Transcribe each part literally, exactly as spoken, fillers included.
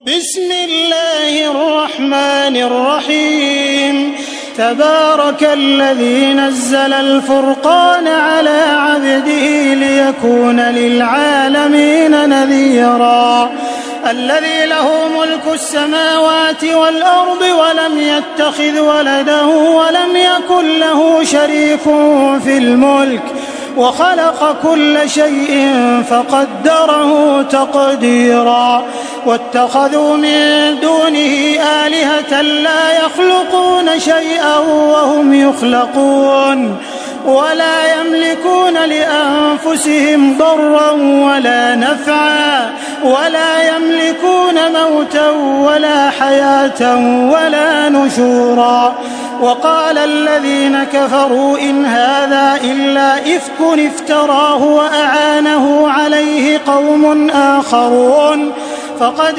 بسم الله الرحمن الرحيم تبارك الذي نزل الفرقان على عبده ليكون للعالمين نذيرا الذي له ملك السماوات والأرض ولم يتخذ ولدا ولم يكن له شريك في الملك وخلق كل شيء فقدره تقديرا واتخذوا من دونه آلهة لا يخلقون شيئا وهم يخلقون ولا يملكون لأنفسهم ضرا ولا نفعا ولا يملكون موتا ولا حياة ولا نشورا وقال الذين كفروا إن هذا إلا إفك افتراه وأعانه عليه قوم آخرون فقد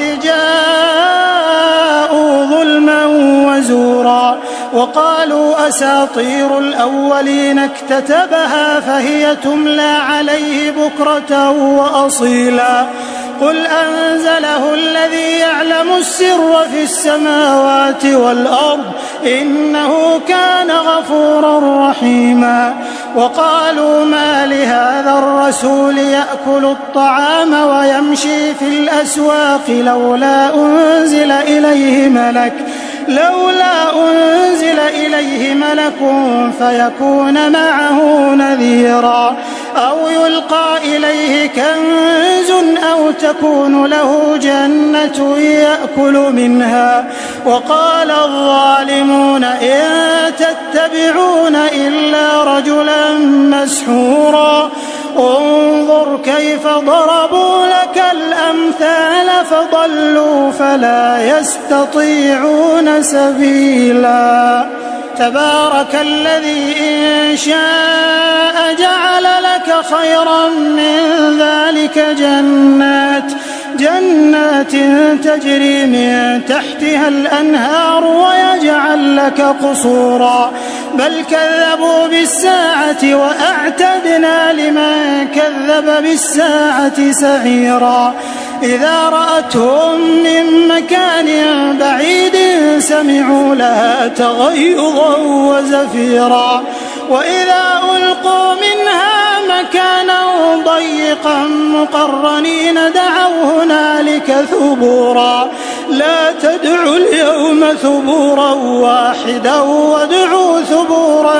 جاءوا ظلما وزورا وقالوا أساطير الأولين اكتتبها فهي تملى عليه بكرة وأصيلا قل أنزله الذي يعلم السر في السماوات والأرض إنه كان غفورا رحيما وقالوا ما لهذا الرسول يأكل الطعام ويمشي في الأسواق لولا أنزل إليه ملك لولا أنزل إليه ملك فيكون معه نذيرا أو يلقى إليه كنز أو تكون له جنة يأكل منها وقال الظالمون إن تتبعون إلا رجلا مسحورا انظر كيف ضربوا لك الأمثال فضلوا فلا يستطيعون سبيلا تبارك الذي إن شاء جعل لك خيرا من ذلك جنات جنات تجري من تحتها الأنهار ويجعل لك قصورا بل كذبوا بالساعة وأعتدنا لمن كذب بالساعة سعيرا إذا رأتهم من مكان بعيد سمعوا لها تغيظا وزفيرا وإذا ألقوا منها مكانا ضيقا مقرنين دعوا هنالك ثبورا لا تدعوا اليوم ثبورا واحدا وادعوا ثبورا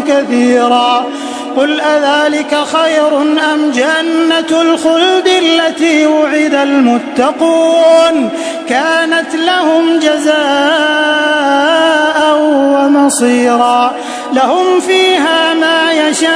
كثيرا قل أذلك خير أم جنة الخلد التي وعد المتقون كانت لهم جزاء ومصيرا لهم فيها ما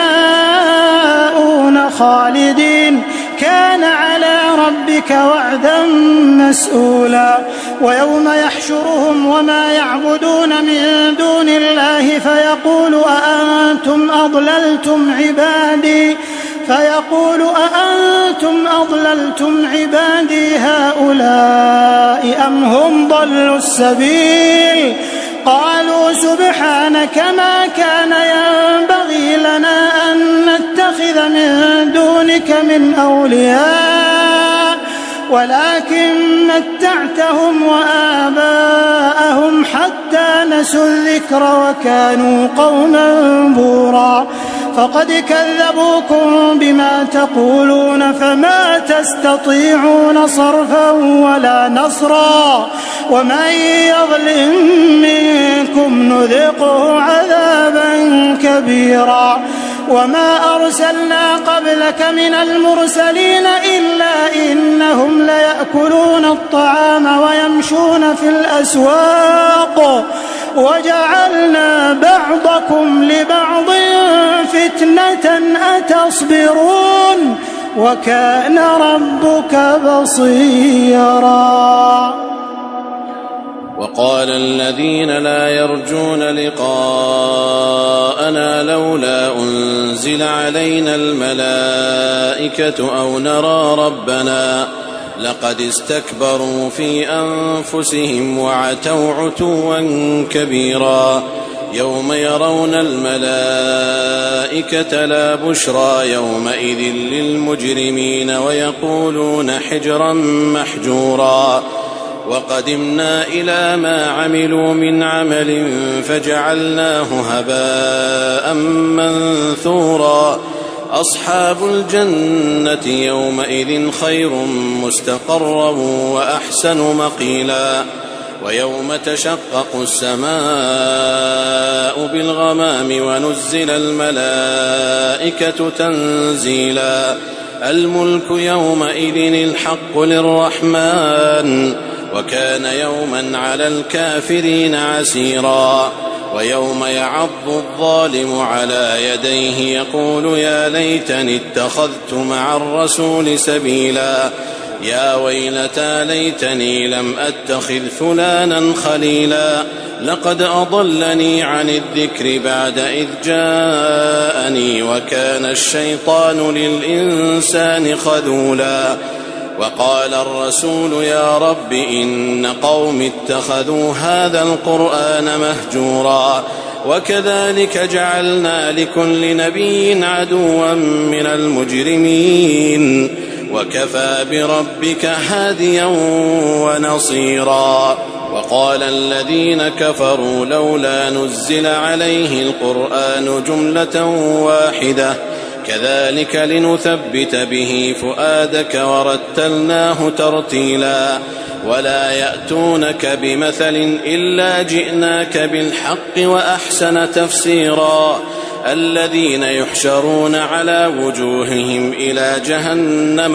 يشاءون خالدين كان على ربك وعدا مسؤولا ويوم يحشرهم وما يعبدون من دون الله فيقول أأنتم أضللتم عبادي فيقول أأنتم أضللتم عبادي هؤلاء أم هم ضلوا السبيل قالوا سبحانك ما كان ينبغي لنا أن نتخذ من دونك من أولياء ولكن متعتهم وآباءهم حتى نسوا الذكر وكانوا قوما بورا فقد كذبوكم بما تقولون فما تستطيعون صرفا ولا نصرا ومن يظلم منكم نذقه عذابا كبيرا وما أرسلنا قبلك من المرسلين إلا إنهم ليأكلون الطعام ويمشون في الأسواق وجعلنا بعضكم لبعض فتنة أتصبرون وكان ربك بصيرا وقال الذين لا يرجون لقاءنا لولا أنزل علينا الملائكة أو نرى ربنا لقد استكبروا في أنفسهم وعتوا عتوا كبيرا يوم يرون الملائكة لا بشرى يومئذ للمجرمين ويقولون حجرا محجورا وقدمنا إلى ما عملوا من عمل فجعلناه هباء منثورا أصحاب الجنة يومئذ خير مستقرا وأحسن مقيلا ويوم تشقق السماء بالغمام ونزل الملائكة تنزيلا الملك يومئذ الحق للرحمن وكان يوما على الكافرين عسيرا ويوم يعض الظالم على يديه يقول يا ليتني اتخذت مع الرسول سبيلا يا ويلتى ليتني لم أتخذ فلانا خليلا لقد أضلني عن الذكر بعد إذ جاءني وكان الشيطان للإنسان خذولا وقال الرسول يا رب إن قوم اتخذوا هذا القرآن مهجورا وكذلك جعلنا لكل نبي عدوا من المجرمين وكفى بربك هاديا ونصيرا وقال الذين كفروا لولا نزل عليه القرآن جملة واحدة كذلك لنثبت به فؤادك ورتلناه ترتيلا ولا يأتونك بمثل إلا جئناك بالحق وأحسن تفسيرا الذين يحشرون على وجوههم إلى جهنم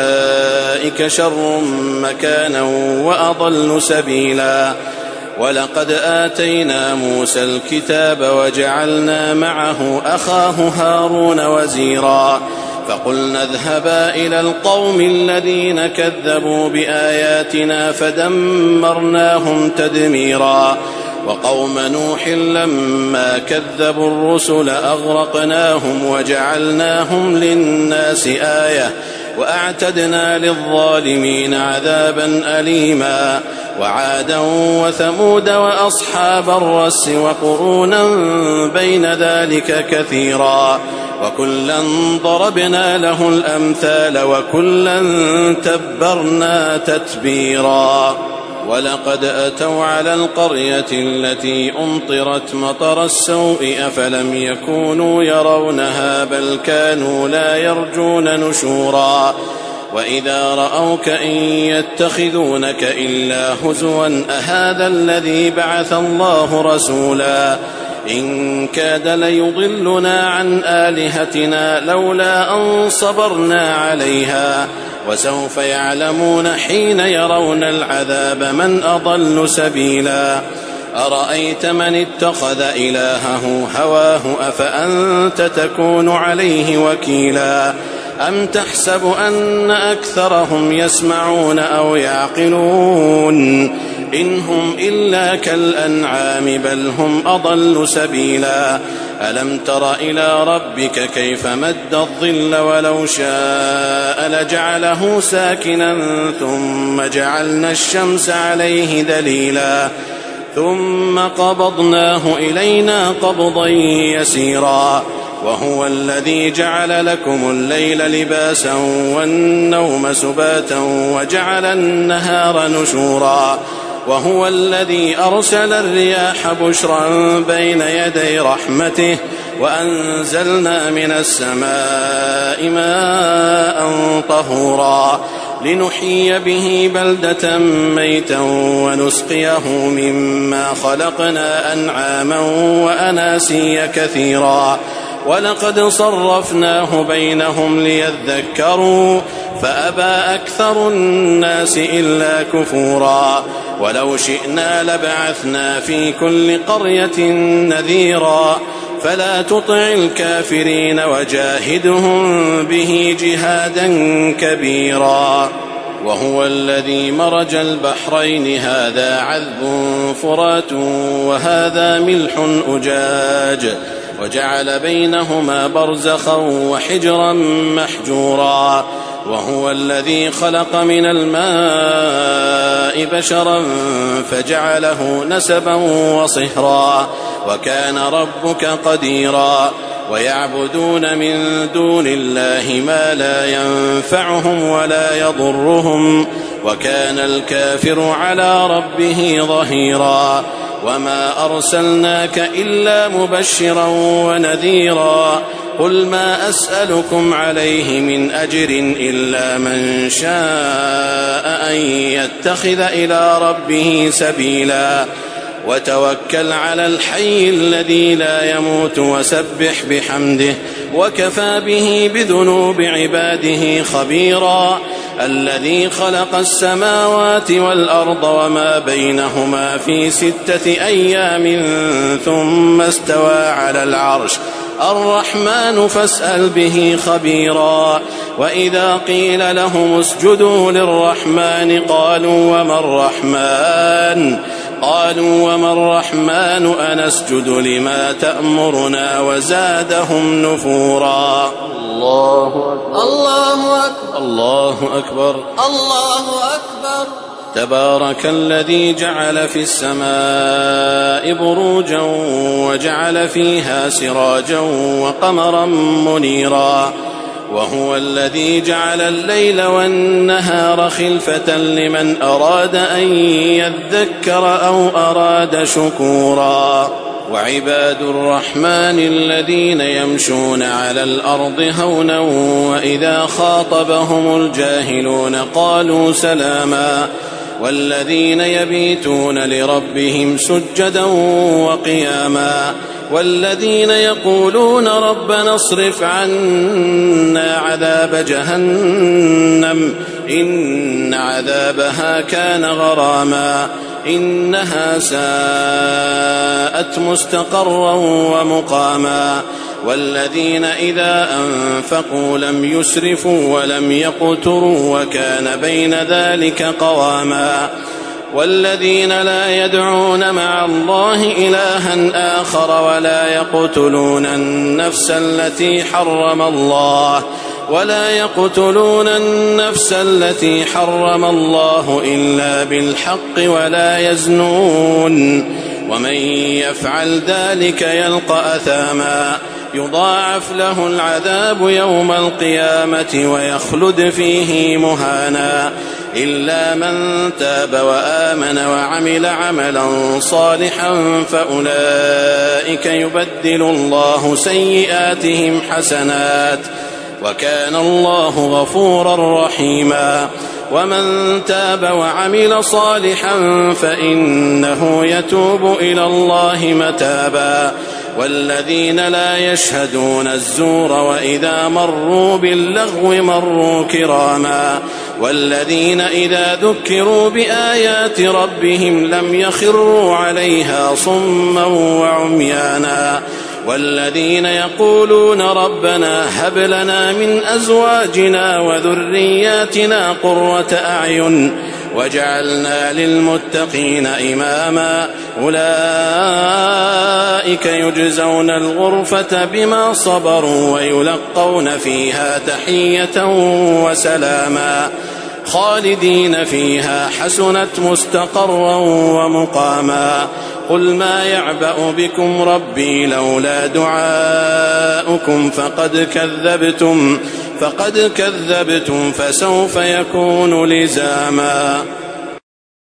أولئك شر مكانا وأضل سبيلا ولقد آتينا موسى الكتاب وجعلنا معه أخاه هارون وزيرا فقلنا اذهبا إلى القوم الذين كذبوا بآياتنا فدمرناهم تدميرا وقوم نوح لما كذبوا الرسل أغرقناهم وجعلناهم للناس آية وأعتدنا للظالمين عذابا أليما وعادا وثمود وأصحاب الرس وقرونا بين ذلك كثيرا وكلا ضربنا له الأمثال وكلا تبرنا تتبيرا ولقد أتوا على القرية التي أمطرت مطر السوء أفلم يكونوا يرونها بل كانوا لا يرجون نشورا وإذا رأوك إن يتخذونك إلا هزوا أهذا الذي بعث الله رسولا إن كاد ليضلنا عن آلهتنا لولا أن صبرنا عليها وسوف يعلمون حين يرون العذاب من أضل سبيلا أرأيت من اتخذ إلهه هواه أفأنت تكون عليه وكيلا أم تحسب أن أكثرهم يسمعون أو يعقلون إن هم إلا كالأنعام بل هم أضل سبيلا ألم تر إلى ربك كيف مد الظل ولو شاء لجعله ساكنا ثم جعلنا الشمس عليه دليلا ثم قبضناه إلينا قبضا يسيرا وهو الذي جعل لكم الليل لباسا والنوم سباتا وجعل النهار نشورا وهو الذي أرسل الرياح بشرا بين يدي رحمته وأنزلنا من السماء ماء طهورا لنحيي به بلدة ميتا ونسقيه مما خلقنا أنعاما وأناسيا كثيرا ولقد صرفناه بينهم ليذكروا فأبى أكثر الناس إلا كفورا ولو شئنا لبعثنا في كل قرية نذيرا فلا تطع الكافرين وجاهدهم به جهادا كبيرا وهو الذي مرج البحرين هذا عذب فرات وهذا ملح أجاج وجعل بينهما برزخا وحجرا محجورا وهو الذي خلق من الماء بشرا فجعله نسبا وصهرا وكان ربك قديرا ويعبدون من دون الله ما لا ينفعهم ولا يضرهم وكان الكافر على ربه ظهيرا وما أرسلناك إلا مبشرا ونذيرا قل ما أسألكم عليه من أجر إلا من شاء أن يتخذ إلى ربه سبيلا وتوكل على الحي الذي لا يموت وسبح بحمده وكفى به بذنوب عباده خبيرا الذي خلق السماوات والأرض وما بينهما في ستة أيام ثم استوى على العرش الرحمن فاسأل به خبيرا وإذا قيل لهم اسجدوا للرحمن قالوا وما الرحمن قالوا وما الرحمن أنسجد لما تأمرنا وزادهم نفورا الله أكبر الله أكبر الله أكبر الله أكبر تبارك الذي جعل في السماء بروجا وجعل فيها سراجا وقمرا منيرا وهو الذي جعل الليل والنهار خلفة لمن أراد أن يذكر أو أراد شكورا وعباد الرحمن الذين يمشون على الأرض هونا وإذا خاطبهم الجاهلون قالوا سلاما والذين يبيتون لربهم سجدا وقياما والذين يقولون ربنا اصرف عنا عذاب جهنم إن عذابها كان غراما إنها ساءت مستقرا ومقاما والذين إذا أنفقوا لم يسرفوا ولم يقتروا وكان بين ذلك قواما والذين لا يدعون مع الله إلها آخر ولا يقتلون النفس التي حرم الله ولا يقتلون النفس التي حرم الله إلا بالحق ولا يزنون ومن يفعل ذلك يلقى أثاما يضاعف له العذاب يوم القيامة ويخلد فيه مهانا إلا من تاب وآمن وعمل عملا صالحا فأولئك يبدل الله سيئاتهم حسنات وكان الله غفورا رحيما ومن تاب وعمل صالحا فإنه يتوب إلى الله متابا والذين لا يشهدون الزور وإذا مروا باللغو مروا كراما والذين إذا ذكروا بآيات ربهم لم يخروا عليها صما وعميانا والذين يقولون ربنا هب لنا من أزواجنا وذرياتنا قرة أعين وجعلنا للمتقين إماما أولئك يجزون الغرفة بما صبروا ويلقون فيها تحية وسلاما خالدين فيها حسنت مستقرا ومقاما قل ما يعبأ بكم ربي لولا دعاؤكم فقد كذبتم فقد كذبتم فسوف يكون لزاما.